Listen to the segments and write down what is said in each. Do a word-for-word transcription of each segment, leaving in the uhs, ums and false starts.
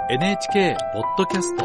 エヌエイチケー ポッドキャスト。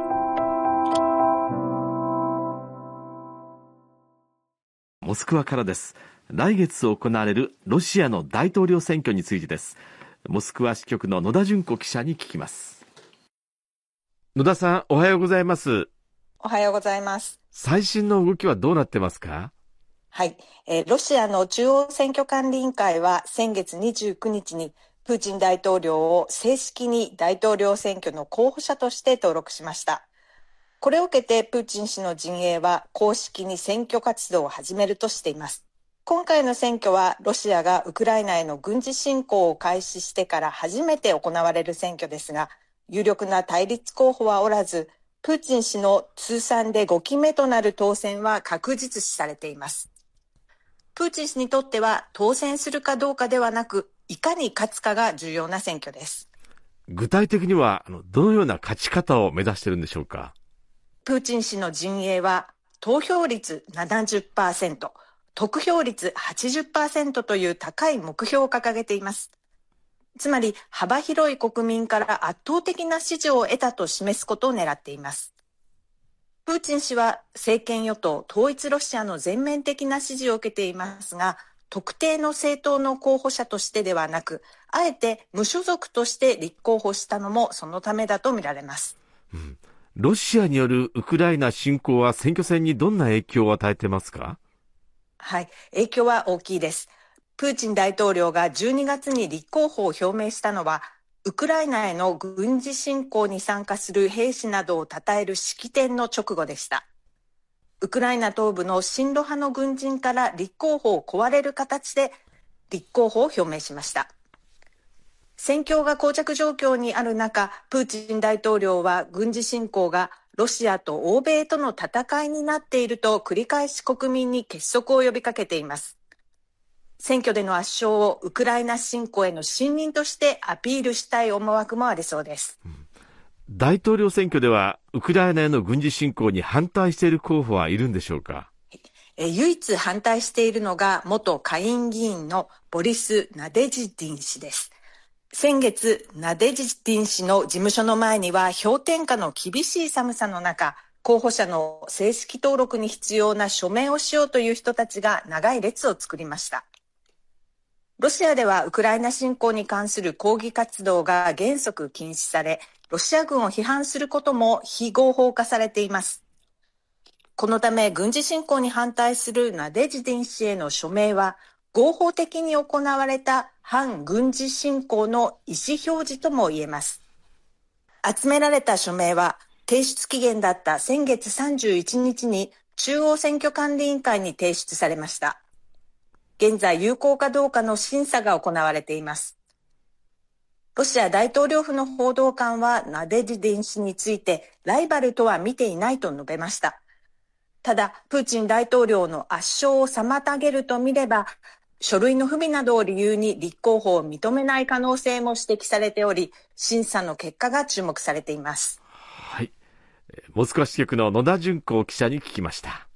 モスクワからです。来月行われるロシアの大統領選挙についてです。モスクワ支局の野田純子記者に聞きます。野田さん、おはようございます。 おはようございます。 最新の動きはどうなってますか？ はい、えー、ロシアの中央選挙管理委員会は先月にじゅうくにちにプーチン大統領を正式に大統領選挙の候補者として登録しました。これを受けてプーチン氏の陣営は公式に選挙活動を始めるとしています。今回の選挙はロシアがウクライナへの軍事侵攻を開始してから初めて行われる選挙ですが、有力な対立候補はおらず、プーチン氏の通算でごきめとなる当選は確実視されています。プーチン氏にとっては当選するかどうかではなく、いかに勝つかが重要な選挙です。 具体的にはどのような勝ち方を目指しているんでしょうか？ プーチン氏の陣営は投票率 ななじゅっパーセント、得票率 はちじゅっパーセント という高い目標を掲げています。つまり幅広い国民から圧倒的な支持を得たと示すことを狙っています。プーチン氏は政権与党統一ロシアの全面的な支持を受けていますが、特定の政党の候補者としてではなく、あえて無所属として立候補したのもそのためだとみられます。 うん、ロシアによるウクライナ侵攻は選挙戦にどんな影響を与えてますか？ はい、影響は大きいです。プーチン大統領がじゅうにがつに立候補を表明したのは、ウクライナへの軍事侵攻に参加する兵士などを称える式典の直後でした。ウクライナ東部の親ロ派の軍人から立候補を請われる形で立候補を表明しました。戦況が膠着状況にある中、プーチン大統領は軍事侵攻がロシアと欧米との戦いになっていると繰り返し国民に結束を呼びかけています。選挙での圧勝をウクライナ侵攻への信任としてアピールしたい思惑もありそうです。 うん、大統領選挙ではウクライナへの軍事侵攻に反対している候補はいるんでしょうか？ え唯一反対しているのが元下院議員のボリス・ナデジディン氏です。先月、ナデジディン氏の事務所の前には氷点下の厳しい寒さの中、候補者の正式登録に必要な署名をしようという人たちが長い列を作りました。ロシアではウクライナ侵攻に関する抗議活動が原則禁止され、ロシア軍を批判することも非合法化されています。このため軍事侵攻に反対するナデジディン氏への署名は合法的に行われた反軍事侵攻の意思表示とも言えます。集められた署名は提出期限だった先月さんじゅういちにちに中央選挙管理委員会に提出されました。現在有効かどうかの審査が行われています。ロシア大統領府の報道官はナデジディン氏についてライバルとは見ていないと述べました。ただ、プーチン大統領の圧勝を妨げると見れば、書類の不備などを理由に立候補を認めない可能性も指摘されており、審査の結果が注目されています。 はい、モスクワ支局の野田純子記者に聞きました。